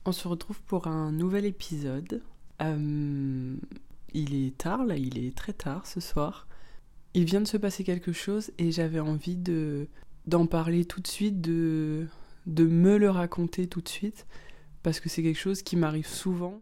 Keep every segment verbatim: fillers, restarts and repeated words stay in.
On se retrouve pour un nouvel épisode. Euh, il est tard, là, il est très tard ce soir. Il vient de se passer quelque chose et j'avais envie de, d'en parler tout de suite, de, de me le raconter tout de suite, parce que c'est quelque chose qui m'arrive souvent.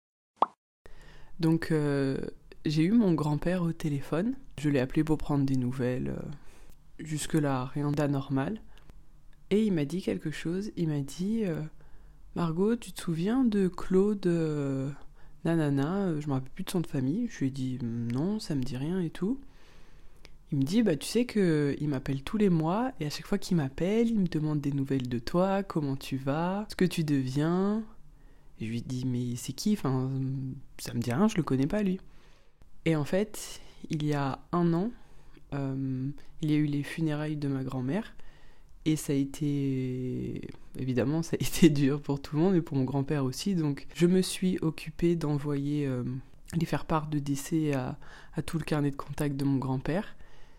Donc, euh, j'ai eu mon grand-père au téléphone. Je l'ai appelé pour prendre des nouvelles. Euh, jusque-là, rien d'anormal. Et il m'a dit quelque chose. Il m'a dit... Euh, Margot, tu te souviens de Claude euh, Nanana, euh, je me rappelle plus de son de famille. Je lui ai dit non, ça me dit rien et tout. Il me dit bah tu sais que il m'appelle tous les mois et à chaque fois qu'il m'appelle, il me demande des nouvelles de toi, comment tu vas, ce que tu deviens. Et je lui dis mais c'est qui, enfin ça me dit rien, je le connais pas lui. Et en fait, il y a un an, euh, il y a eu les funérailles de ma grand-mère. Et ça a été... Évidemment, ça a été dur pour tout le monde, et pour mon grand-père aussi. Donc, je me suis occupée d'envoyer euh, les faire-part de décès à, à tout le carnet de contact de mon grand-père.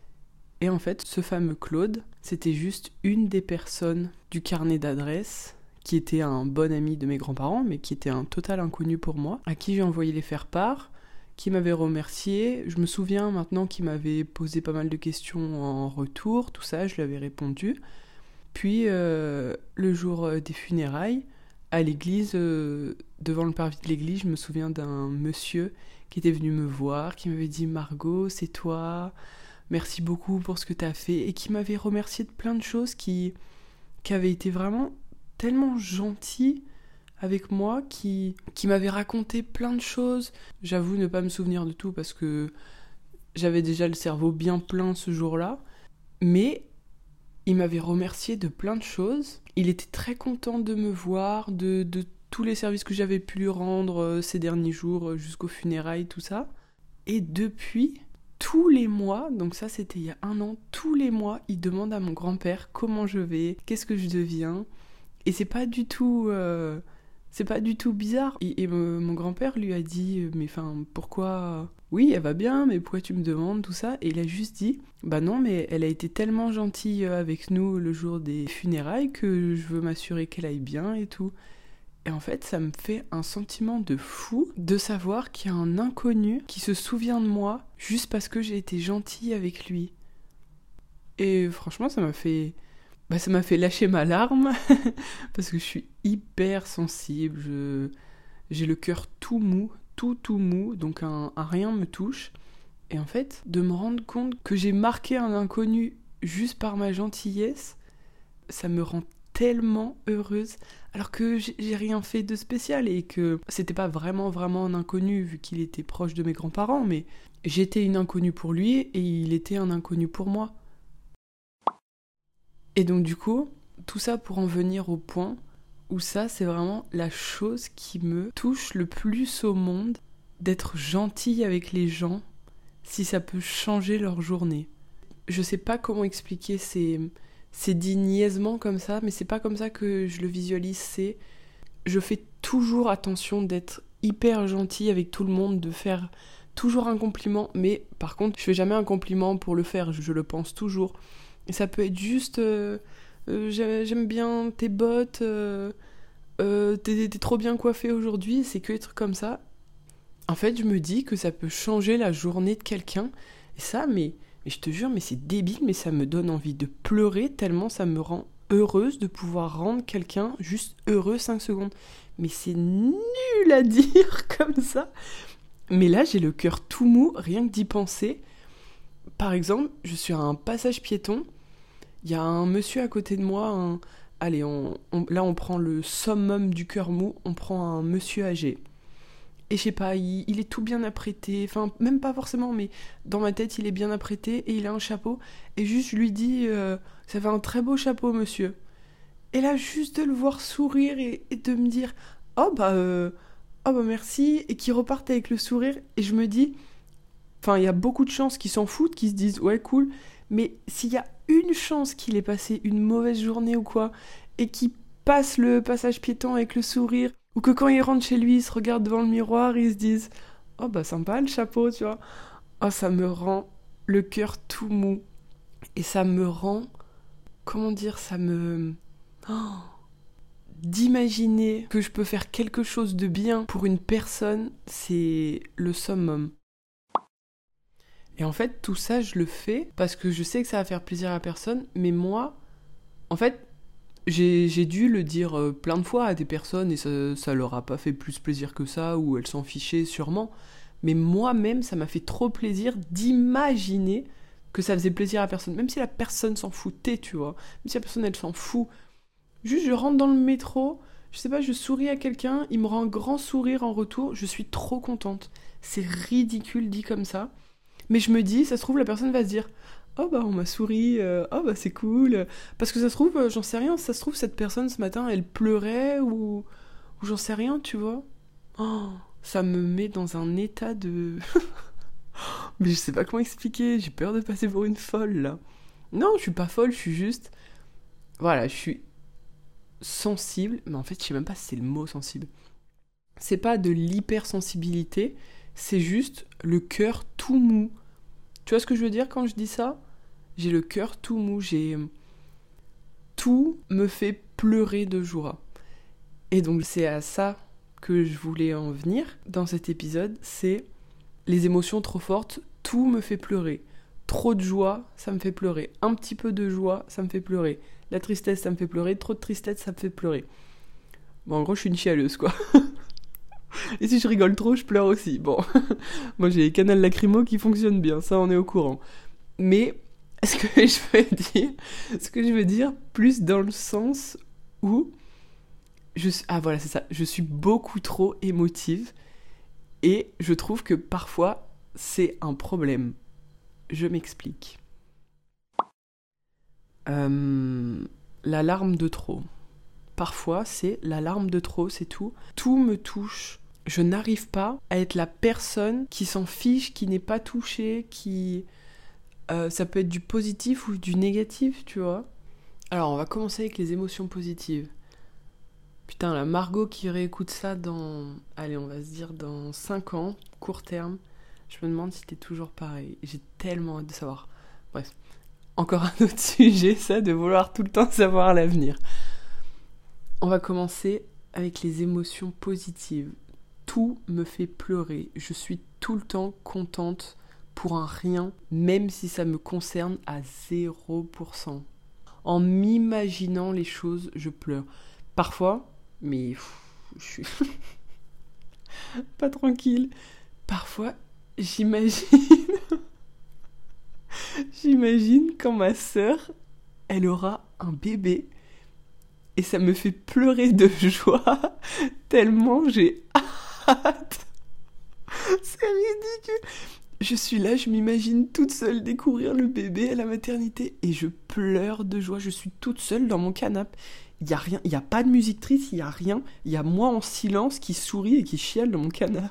Et en fait, ce fameux Claude, c'était juste une des personnes du carnet d'adresse, qui était un bon ami de mes grands-parents, mais qui était un total inconnu pour moi, à qui j'ai envoyé les faire-part, qui m'avait remercié. Je me souviens maintenant qu'il m'avait posé pas mal de questions en retour, tout ça, je lui avais répondu. Puis, euh, le jour des funérailles, à l'église, euh, devant le parvis de l'église, je me souviens d'un monsieur qui était venu me voir, qui m'avait dit « Margot, c'est toi, merci beaucoup pour ce que t'as fait », et qui m'avait remercié de plein de choses, qui, qui avaient été vraiment tellement gentil avec moi, qui, qui m'avait raconté plein de choses. J'avoue ne pas me souvenir de tout parce que j'avais déjà le cerveau bien plein ce jour-là, mais... il m'avait remercié de plein de choses. Il était très content de me voir, de, de tous les services que j'avais pu lui rendre euh, ces derniers jours, euh, jusqu'aux funérailles, tout ça. Et depuis, tous les mois, donc ça c'était il y a un an, tous les mois, il demande à mon grand-père comment je vais, qu'est-ce que je deviens. Et c'est pas du tout... Euh, c'est pas du tout bizarre. Et, et euh, mon grand-père lui a dit « Mais enfin, pourquoi... Oui, elle va bien, mais pourquoi tu me demandes tout ça ?» Et il a juste dit « Bah non, mais elle a été tellement gentille avec nous le jour des funérailles que je veux m'assurer qu'elle aille bien et tout. » Et en fait, ça me fait un sentiment de fou de savoir qu'il y a un inconnu qui se souvient de moi juste parce que j'ai été gentille avec lui. Et franchement, ça m'a fait... Bah, ça m'a fait lâcher ma larme parce que je suis hyper sensible, je... j'ai le cœur tout mou, tout tout mou, donc un, un rien me touche. Et en fait, de me rendre compte que j'ai marqué un inconnu juste par ma gentillesse, ça me rend tellement heureuse, alors que j'ai, j'ai rien fait de spécial et que c'était pas vraiment vraiment un inconnu vu qu'il était proche de mes grands-parents, mais j'étais une inconnue pour lui et il était un inconnu pour moi. Et donc du coup, tout ça pour en venir au point où ça, c'est vraiment la chose qui me touche le plus au monde, d'être gentille avec les gens, si ça peut changer leur journée. Je sais pas comment expliquer ces, ces dits niaisement comme ça, mais c'est pas comme ça que je le visualise, c'est... Je fais toujours attention d'être hyper gentille avec tout le monde, de faire toujours un compliment, mais par contre, je fais jamais un compliment pour le faire, je, je le pense toujours. Et ça peut être juste euh, euh, j'aime, j'aime bien tes bottes, euh, euh, t'es, t'es trop bien coiffée aujourd'hui, c'est que des trucs comme ça. En fait, je me dis que ça peut changer la journée de quelqu'un. Et ça, mais, mais je te jure, mais c'est débile, mais ça me donne envie de pleurer tellement ça me rend heureuse de pouvoir rendre quelqu'un juste heureux cinq secondes. Mais c'est nul à dire comme ça. Mais là, j'ai le cœur tout mou, rien que d'y penser. Par exemple, je suis à un passage piéton. Il y a un monsieur à côté de moi, un... allez, on, on, là on prend le summum du cœur mou, on prend un monsieur âgé. Et je sais pas, il, il est tout bien apprêté, enfin même pas forcément, mais dans ma tête il est bien apprêté et il a un chapeau. Et juste je lui dis, euh, ça fait un très beau chapeau monsieur. Et là juste de le voir sourire et, et de me dire, oh bah, euh, oh bah merci, et qu'il reparte avec le sourire. Et je me dis, enfin il y a beaucoup de chances qu'ils s'en foutent, qu'ils se disent, ouais cool, mais s'il y a une chance qu'il ait passé une mauvaise journée ou quoi, et qu'il passe le passage piéton avec le sourire, ou que quand il rentre chez lui, il se regarde devant le miroir et il se dise « Oh bah sympa le chapeau, tu vois ». Oh, ça me rend le cœur tout mou. Et ça me rend... Comment dire, ça me... Oh, d'imaginer que je peux faire quelque chose de bien pour une personne, c'est le summum. Et en fait, tout ça, je le fais parce que je sais que ça va faire plaisir à personne, mais moi, en fait, j'ai, j'ai dû le dire euh, plein de fois à des personnes et ça, ça leur a pas fait plus plaisir que ça, ou elles s'en fichaient sûrement. Mais moi-même, ça m'a fait trop plaisir d'imaginer que ça faisait plaisir à personne. Même si la personne s'en foutait, tu vois. Même si la personne, elle s'en fout. Juste, je rentre dans le métro, je sais pas, je souris à quelqu'un, il me rend un grand sourire en retour, je suis trop contente. C'est ridicule dit comme ça. Mais je me dis, ça se trouve, la personne va se dire « Oh bah on m'a souri, euh, oh bah c'est cool ». Parce que ça se trouve, euh, j'en sais rien, ça se trouve, cette personne ce matin, elle pleurait ou, ou j'en sais rien, tu vois. Oh, ça me met dans un état de... Mais je sais pas comment expliquer, j'ai peur de passer pour une folle là. Non, je suis pas folle, je suis juste... Voilà, je suis sensible, mais en fait, je sais même pas si c'est le mot sensible. C'est pas de l'hypersensibilité, c'est juste le cœur tout mou. Tu vois ce que je veux dire quand je dis ça ? J'ai le cœur tout mou, j'ai... Tout me fait pleurer de joie. Et donc c'est à ça que je voulais en venir dans cet épisode, c'est les émotions trop fortes, tout me fait pleurer. Trop de joie, ça me fait pleurer. Un petit peu de joie, ça me fait pleurer. La tristesse, ça me fait pleurer. Trop de tristesse, ça me fait pleurer. Bon, en gros, je suis une chialeuse, quoi. Et si je rigole trop, je pleure aussi. Bon, moi j'ai les canals lacrymaux qui fonctionnent bien, ça on est au courant. Mais ce que je veux dire, ce que je veux dire, plus dans le sens où je suis, ah voilà c'est ça, je suis beaucoup trop émotive et je trouve que parfois c'est un problème. Je m'explique. Euh, la larme de trop. Parfois, c'est la larme de trop, c'est tout. Tout me touche. Je n'arrive pas à être la personne qui s'en fiche, qui n'est pas touchée, qui... Euh, ça peut être du positif ou du négatif, tu vois. Alors, on va commencer avec les émotions positives. Putain, la Margot qui réécoute ça dans... Allez, on va se dire dans cinq ans, court terme. Je me demande si t'es toujours pareil. J'ai tellement hâte de savoir. Bref, encore un autre sujet, ça, de vouloir tout le temps savoir l'avenir. On va commencer avec les émotions positives. Tout me fait pleurer. Je suis tout le temps contente pour un rien, même si ça me concerne à zéro pour cent. En m'imaginant les choses, je pleure. Parfois, mais pff, je suis pas tranquille. Parfois, j'imagine... j'imagine quand ma sœur, elle aura un bébé. Et ça me fait pleurer de joie, tellement j'ai hâte. C'est ridicule. Je suis là, je m'imagine toute seule découvrir le bébé à la maternité et je pleure de joie. Je suis toute seule dans mon canapé. Il y a rien, il y a pas de musique triste, il y a rien. Il y a moi en silence qui sourit et qui chiale dans mon canapé.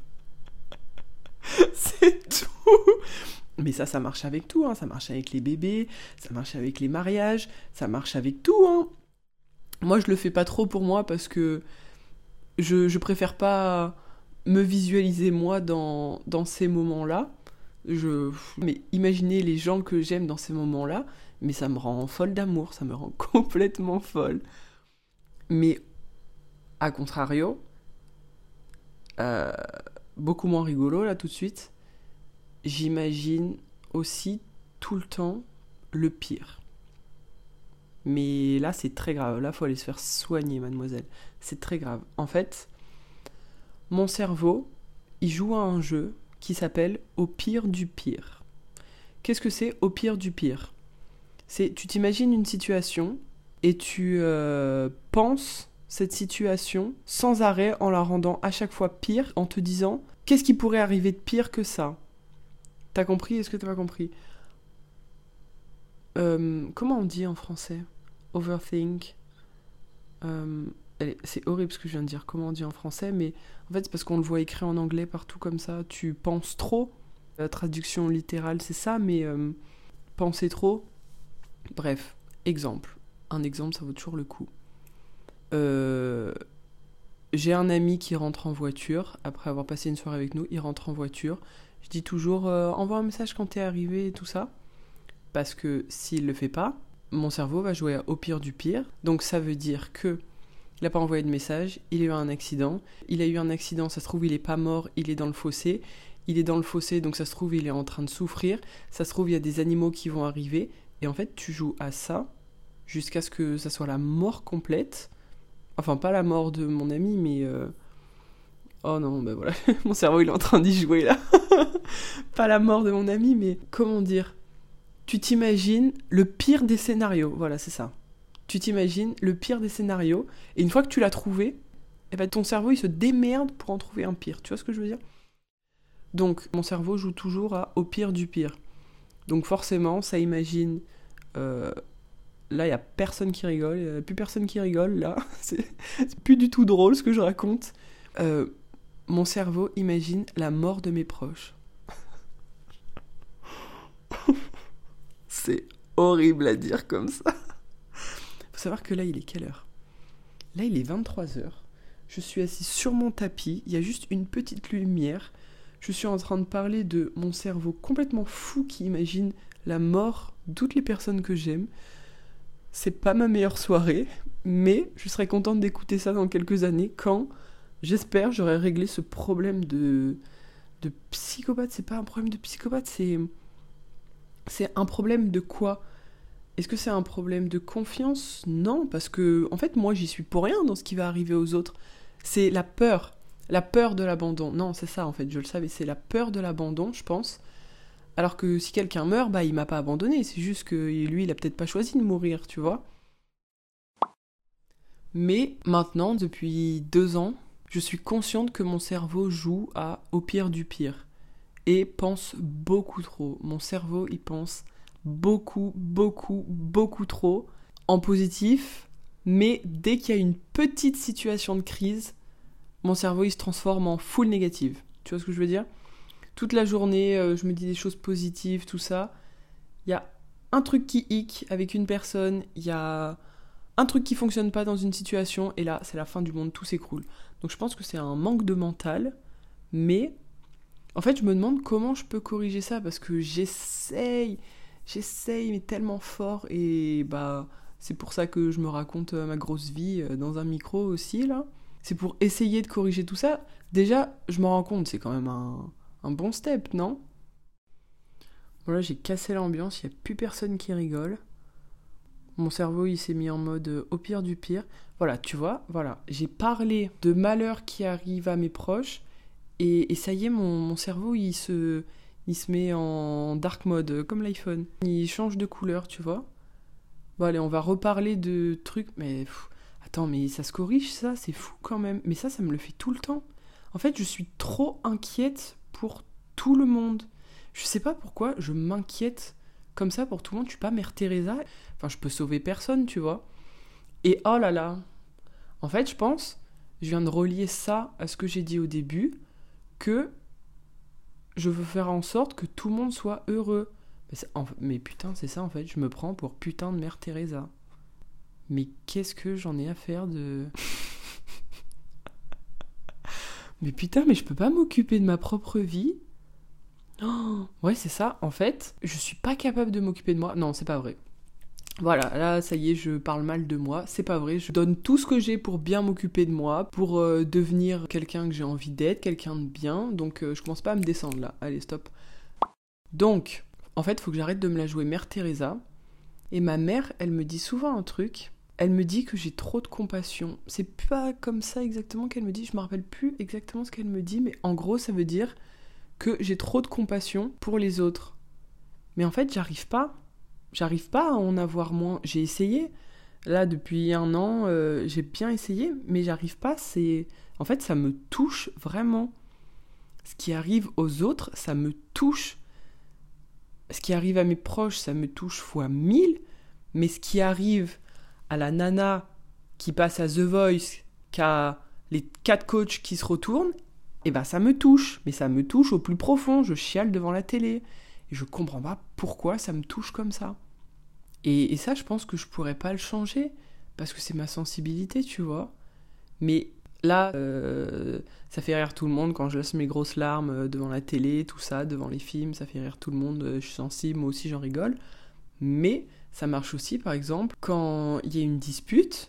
C'est tout. Mais ça, ça marche avec tout, hein. Ça marche avec les bébés, ça marche avec les mariages, ça marche avec tout, hein. Moi, je le fais pas trop pour moi parce que je, je préfère pas me visualiser moi dans, dans ces moments-là. Je, mais imaginez les gens que j'aime dans ces moments-là, mais ça me rend folle d'amour, ça me rend complètement folle. Mais, à contrario, euh, beaucoup moins rigolo là tout de suite, j'imagine aussi tout le temps le pire. Mais là, c'est très grave. Là, il faut aller se faire soigner, mademoiselle. C'est très grave. En fait, mon cerveau, il joue à un jeu qui s'appelle « Au pire du pire ». Qu'est-ce que c'est « Au pire du pire » ? C'est, tu t'imagines une situation et tu euh, penses cette situation sans arrêt en la rendant à chaque fois pire, en te disant « Qu'est-ce qui pourrait arriver de pire que ça ?» T'as compris ? Est-ce que t'as pas compris ? Euh, comment on dit en français ? Overthink. Euh, allez, c'est horrible ce que je viens de dire. Comment on dit en français ? Mais en fait, c'est parce qu'on le voit écrit en anglais partout comme ça. Tu penses trop. La traduction littérale, c'est ça, mais euh, penser trop. Bref, exemple. Un exemple, ça vaut toujours le coup. Euh, j'ai un ami qui rentre en voiture. Après avoir passé une soirée avec nous, il rentre en voiture. Je dis toujours euh, envoie un message quand t'es arrivé et tout ça. Parce que s'il le fait pas, mon cerveau va jouer au pire du pire. Donc ça veut dire que il n'a pas envoyé de message, il a eu un accident. Il a eu un accident, ça se trouve, il n'est pas mort, il est dans le fossé. Il est dans le fossé, donc ça se trouve, il est en train de souffrir. Ça se trouve, il y a des animaux qui vont arriver. Et en fait, tu joues à ça jusqu'à ce que ça soit la mort complète. Enfin, pas la mort de mon ami, mais... Euh... Oh non, ben voilà, mon cerveau, il est en train d'y jouer, là. Pas la mort de mon ami, mais... Comment dire ? Tu t'imagines le pire des scénarios. Voilà, c'est ça. Tu t'imagines le pire des scénarios. Et une fois que tu l'as trouvé, eh ben, ton cerveau, il se démerde pour en trouver un pire. Tu vois ce que je veux dire ? Donc, mon cerveau joue toujours à au pire du pire. Donc forcément, ça imagine... Euh, là, il n'y a personne qui rigole. Il n'y a plus personne qui rigole, là. C'est, c'est plus du tout drôle, ce que je raconte. Euh, mon cerveau imagine la mort de mes proches. C'est horrible à dire comme ça. Faut savoir que là, il est quelle heure ? Là, il est vingt-trois heures. Je suis assis sur mon tapis. Il y a juste une petite lumière. Je suis en train de parler de mon cerveau complètement fou qui imagine la mort de toutes les personnes que j'aime. C'est pas ma meilleure soirée, mais je serais contente d'écouter ça dans quelques années quand, j'espère, j'aurai réglé ce problème de, de psychopathe. C'est pas un problème de psychopathe, c'est, c'est un problème de quoi ? Est-ce que c'est un problème de confiance ? Non, parce que, en fait, moi, j'y suis pour rien dans ce qui va arriver aux autres. C'est la peur. La peur de l'abandon. Non, c'est ça, en fait, je le savais. C'est la peur de l'abandon, je pense. Alors que si quelqu'un meurt, bah, il m'a pas abandonné. C'est juste que lui, il a peut-être pas choisi de mourir, tu vois. Mais maintenant, depuis deux ans, je suis consciente que mon cerveau joue à au pire du pire. Et pense beaucoup trop. Mon cerveau, il pense beaucoup, beaucoup, beaucoup trop en positif. Mais dès qu'il y a une petite situation de crise, mon cerveau, il se transforme en full négative. Tu vois ce que je veux dire ? Toute la journée, euh, je me dis des choses positives, tout ça. Il y a un truc qui hic avec une personne, il y a un truc qui fonctionne pas dans une situation, et là, c'est la fin du monde, tout s'écroule. Donc je pense que c'est un manque de mental, mais en fait, je me demande comment je peux corriger ça, parce que j'essaye, j'essaye, mais tellement fort, et bah, c'est pour ça que je me raconte ma grosse vie dans un micro aussi, là. C'est pour essayer de corriger tout ça. Déjà, je m'en rends compte, c'est quand même un, un bon step, non ? Voilà, j'ai cassé l'ambiance, il n'y a plus personne qui rigole. Mon cerveau, il s'est mis en mode euh, au pire du pire. Voilà, tu vois, voilà. J'ai parlé de malheurs qui arrivent à mes proches, et, et ça y est, mon, mon cerveau, il se, il se met en dark mode, comme l'iPhone. Il change de couleur, tu vois. Bon, allez, on va reparler de trucs, mais... Pff, attends, mais ça se corrige, ça, c'est fou quand même. Mais ça, ça me le fait tout le temps. En fait, je suis trop inquiète pour tout le monde. Je sais pas pourquoi je m'inquiète comme ça pour tout le monde. Je suis pas Mère Teresa. Enfin, je peux sauver personne, tu vois. Et oh là là. En fait, je pense, je viens de relier ça à ce que j'ai dit au début, que je veux faire en sorte que tout le monde soit heureux. Mais, c'est, en, mais putain, c'est ça en fait. Je me prends pour putain de Mère Teresa. Mais qu'est-ce que j'en ai à faire de... Mais putain, mais je peux pas m'occuper de ma propre vie. Oh, ouais, c'est ça. En fait, je suis pas capable de m'occuper de moi. Non, c'est pas vrai. Voilà, là, ça y est, je parle mal de moi. C'est pas vrai. Je donne tout ce que j'ai pour bien m'occuper de moi, pour euh, devenir quelqu'un que j'ai envie d'être, quelqu'un de bien. Donc, euh, je commence pas à me descendre, là. Allez, stop. Donc, en fait, il faut que j'arrête de me la jouer Mère Teresa. Et ma mère, elle me dit souvent un truc... Elle me dit que j'ai trop de compassion. C'est pas comme ça exactement qu'elle me dit, je me rappelle plus exactement ce qu'elle me dit, mais en gros, ça veut dire que j'ai trop de compassion pour les autres. Mais en fait, j'arrive pas. J'arrive pas à en avoir moins. J'ai essayé. Là, depuis un an, euh, j'ai bien essayé, mais j'arrive pas. C'est... En fait, ça me touche vraiment. Ce qui arrive aux autres, ça me touche. Ce qui arrive à mes proches, ça me touche fois mille. Mais ce qui arrive... à la nana qui passe à The Voice, qui a les quatre coachs qui se retournent, et ben ça me touche. Mais ça me touche au plus profond. Je chiale devant la télé. Et je comprends pas pourquoi ça me touche comme ça. Et, et ça, je pense que je pourrais pas le changer. Parce que c'est ma sensibilité, tu vois. Mais là, euh, ça fait rire tout le monde quand je laisse mes grosses larmes devant la télé, tout ça, devant les films. Ça fait rire tout le monde. Je suis sensible, moi aussi j'en rigole. Mais... ça marche aussi, par exemple, quand il y a une dispute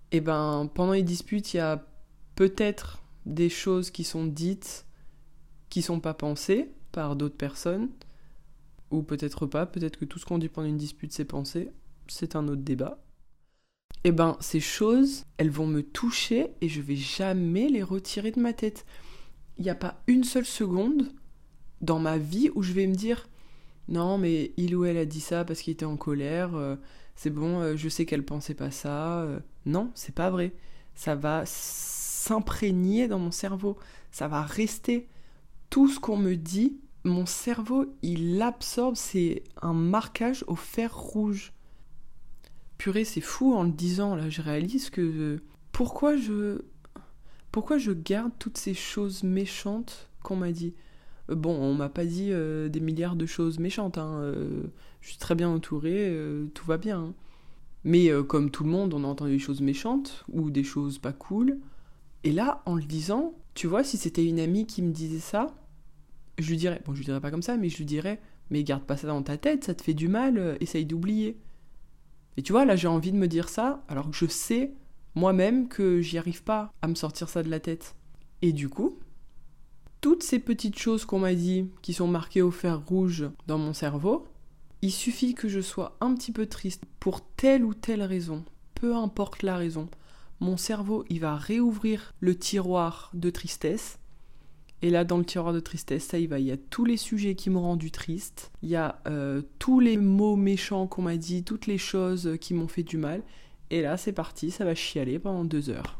Et ben, pendant les disputes, il y a peut-être des choses qui sont dites, qui sont pas pensées par d'autres personnes, ou peut-être pas, peut-être que tout ce qu'on dit pendant une dispute, c'est pensé, c'est un autre débat. Et ben, ces choses, elles vont me toucher et je vais jamais les retirer de ma tête. Il n'y a pas une seule seconde dans ma vie où je vais me dire « Non, mais il ou elle a dit ça parce qu'il était en colère, euh, c'est bon, euh, je sais qu'elle pensait pas ça. Euh. » Non, c'est pas vrai. Ça va s'imprégner dans mon cerveau. Ça va rester. Tout ce qu'on me dit, mon cerveau, il l'absorbe. C'est un marquage au fer rouge. Purée, c'est fou en le disant, là, je réalise que... Euh, pourquoi je... Pourquoi je garde toutes ces choses méchantes qu'on m'a dit ? euh, Bon, on m'a pas dit euh, des milliards de choses méchantes, hein. Euh, je suis très bien entourée, euh, tout va bien. Hein. Mais euh, comme tout le monde, on a entendu des choses méchantes ou des choses pas cool. Et là, en le disant, tu vois, si c'était une amie qui me disait ça, je lui dirais... Bon, je lui dirais pas comme ça, mais je lui dirais « Mais garde pas ça dans ta tête, ça te fait du mal, euh, essaye d'oublier. » Et tu vois, là, j'ai envie de me dire ça, alors que je sais... moi-même que j'y arrive pas à me sortir ça de la tête. Et du coup, toutes ces petites choses qu'on m'a dit, qui sont marquées au fer rouge dans mon cerveau, il suffit que je sois un petit peu triste pour telle ou telle raison, peu importe la raison, mon cerveau, il va réouvrir le tiroir de tristesse. Et là, dans le tiroir de tristesse, ça y va, il y a tous les sujets qui m'ont rendu triste, il y a euh, tous les mots méchants qu'on m'a dit, toutes les choses qui m'ont fait du mal. Et là, c'est parti, ça va chialer pendant deux heures.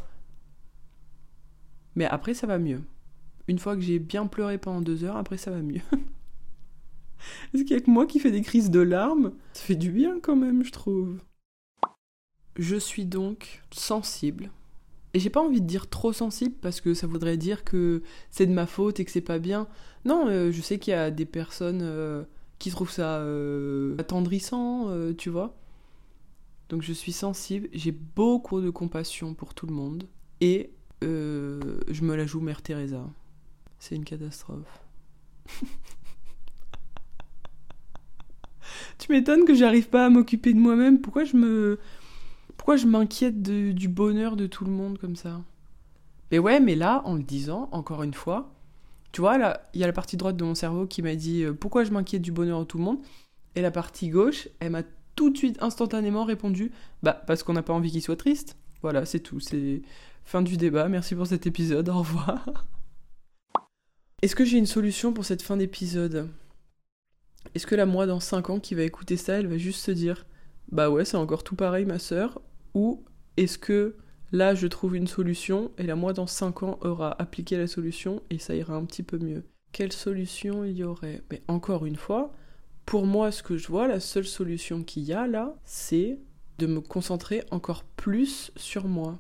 Mais après, ça va mieux. Une fois que j'ai bien pleuré pendant deux heures, après, ça va mieux. Est-ce qu'il y a que moi qui fais des crises de larmes ? Ça fait du bien quand même, je trouve. Je suis donc sensible. Et j'ai pas envie de dire trop sensible, parce que ça voudrait dire que c'est de ma faute et que c'est pas bien. Non, euh, je sais qu'il y a des personnes euh, qui trouvent ça euh, attendrissant, euh, tu vois. Donc je suis sensible, j'ai beaucoup de compassion pour tout le monde. Et euh, je me la joue Mère Teresa. C'est une catastrophe. Tu m'étonnes que j'arrive pas à m'occuper de moi-même. Pourquoi je me... Pourquoi je m'inquiète de, du bonheur de tout le monde comme ça ? Mais ouais, mais là, en le disant, encore une fois, tu vois, là, il y a la partie droite de mon cerveau qui m'a dit euh, « Pourquoi je m'inquiète du bonheur de tout le monde ?» Et la partie gauche, elle m'a tout de suite, instantanément répondu « Bah, parce qu'on n'a pas envie qu'il soit triste. » Voilà, c'est tout. C'est fin du débat. Merci pour cet épisode. Au revoir. Est-ce que j'ai une solution pour cette fin d'épisode ? Est-ce que la moi, dans cinq ans, qui va écouter ça, elle va juste se dire « Bah ouais, c'est encore tout pareil, ma sœur ?» Ou est-ce que là, je trouve une solution et la moi, dans cinq ans, aura appliqué la solution et ça ira un petit peu mieux ? Quelle solution il y aurait ? Mais encore une fois... Pour moi, ce que je vois, la seule solution qu'il y a là, c'est de me concentrer encore plus sur moi.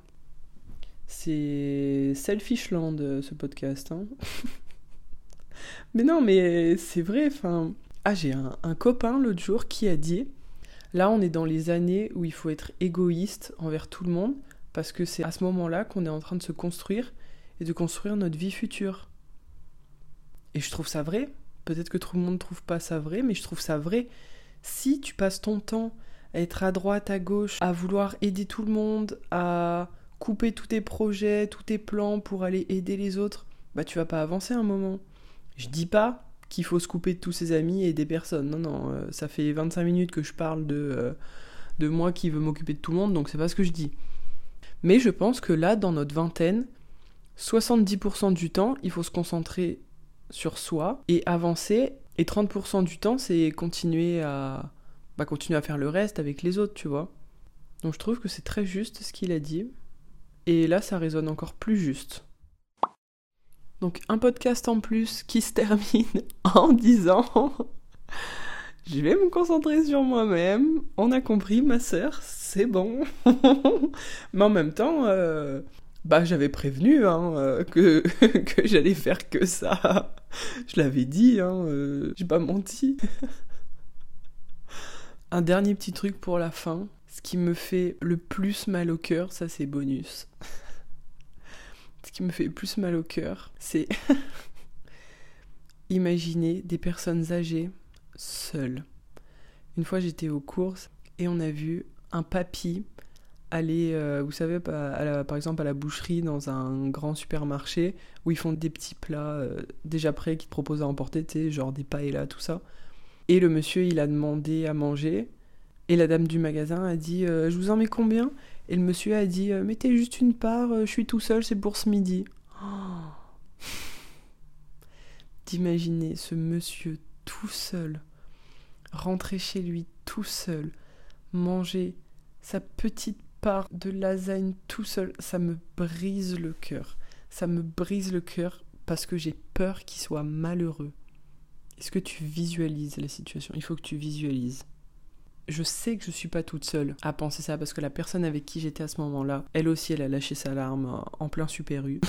C'est Selfishland, ce podcast. Hein. Mais non, mais c'est vrai. Enfin, ah, j'ai un, un copain l'autre jour qui a dit, là, on est dans les années où il faut être égoïste envers tout le monde, parce que c'est à ce moment-là qu'on est en train de se construire et de construire notre vie future. Et je trouve ça vrai. Peut-être que tout le monde ne trouve pas ça vrai, mais je trouve ça vrai. Si tu passes ton temps à être à droite, à gauche, à vouloir aider tout le monde, à couper tous tes projets, tous tes plans pour aller aider les autres, bah tu vas pas avancer un moment. Je dis pas qu'il faut se couper de tous ses amis et des personnes. Non, non, euh, ça fait vingt-cinq minutes que je parle de, euh, de moi qui veux m'occuper de tout le monde, donc c'est pas ce que je dis. Mais je pense que là, dans notre vingtaine, soixante-dix pour cent du temps, il faut se concentrer sur soi et avancer, et trente pour cent du temps c'est continuer à bah, continuer à faire le reste avec les autres, tu vois. Donc je trouve que c'est très juste ce qu'il a dit, et là ça résonne encore plus juste. Donc un podcast en plus qui se termine en disant je vais me concentrer sur moi-même, on a compris ma sœur, c'est bon. Mais en même temps euh... Bah, j'avais prévenu hein, euh, que, que j'allais faire que ça. Je l'avais dit, hein, euh, j'ai pas menti. Un dernier petit truc pour la fin. Ce qui me fait le plus mal au cœur, ça c'est bonus. Ce qui me fait le plus mal au cœur, c'est imaginer des personnes âgées seules. Une fois j'étais aux courses et on a vu un papy aller, euh, vous savez, à la- par exemple à la boucherie dans un grand supermarché où ils font des petits plats euh, déjà prêts qu'ils te proposent à emporter, tu sais, genre des paellas, tout ça. Et le monsieur, il a demandé à manger. Et la dame du magasin a dit euh, je vous en mets combien? Et le monsieur a dit euh, mettez juste une part, euh, je suis tout seul, c'est pour ce midi. Oh. D'imaginer ce monsieur tout seul, rentrer chez lui tout seul, manger sa petite part de lasagne tout seul, ça me brise le cœur. Ça me brise le cœur parce que j'ai peur qu'il soit malheureux. Est-ce que tu visualises la situation? Il faut que tu visualises. Je sais que je suis pas toute seule à penser ça parce que la personne avec qui j'étais à ce moment-là, elle aussi, elle a lâché sa larme en plein Super U.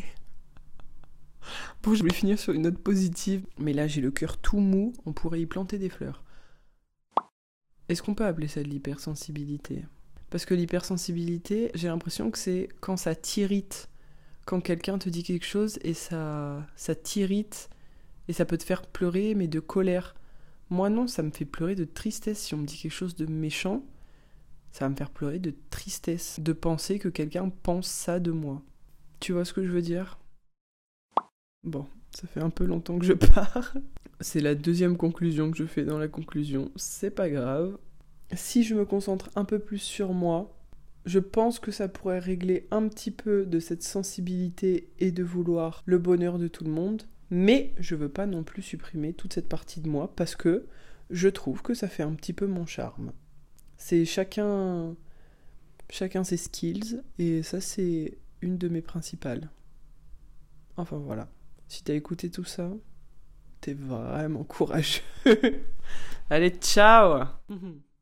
Bon, je voulais finir sur une note positive, mais là j'ai le cœur tout mou, on pourrait y planter des fleurs. Est-ce qu'on peut appeler ça de l'hypersensibilité? Parce que l'hypersensibilité, j'ai l'impression que c'est quand ça t'irrite, quand quelqu'un te dit quelque chose et ça, ça t'irrite et ça peut te faire pleurer, mais de colère. Moi non, ça me fait pleurer de tristesse. Si on me dit quelque chose de méchant, ça va me faire pleurer de tristesse, de penser que quelqu'un pense ça de moi. Tu vois ce que je veux dire? Bon, ça fait un peu longtemps que je pars. C'est la deuxième conclusion que je fais dans la conclusion. C'est pas grave. Si je me concentre un peu plus sur moi, je pense que ça pourrait régler un petit peu de cette sensibilité et de vouloir le bonheur de tout le monde. Mais je veux pas non plus supprimer toute cette partie de moi parce que je trouve que ça fait un petit peu mon charme. C'est chacun, chacun ses skills et ça c'est une de mes principales. Enfin voilà. Si t'as écouté tout ça, t'es vraiment courageux. Allez, ciao!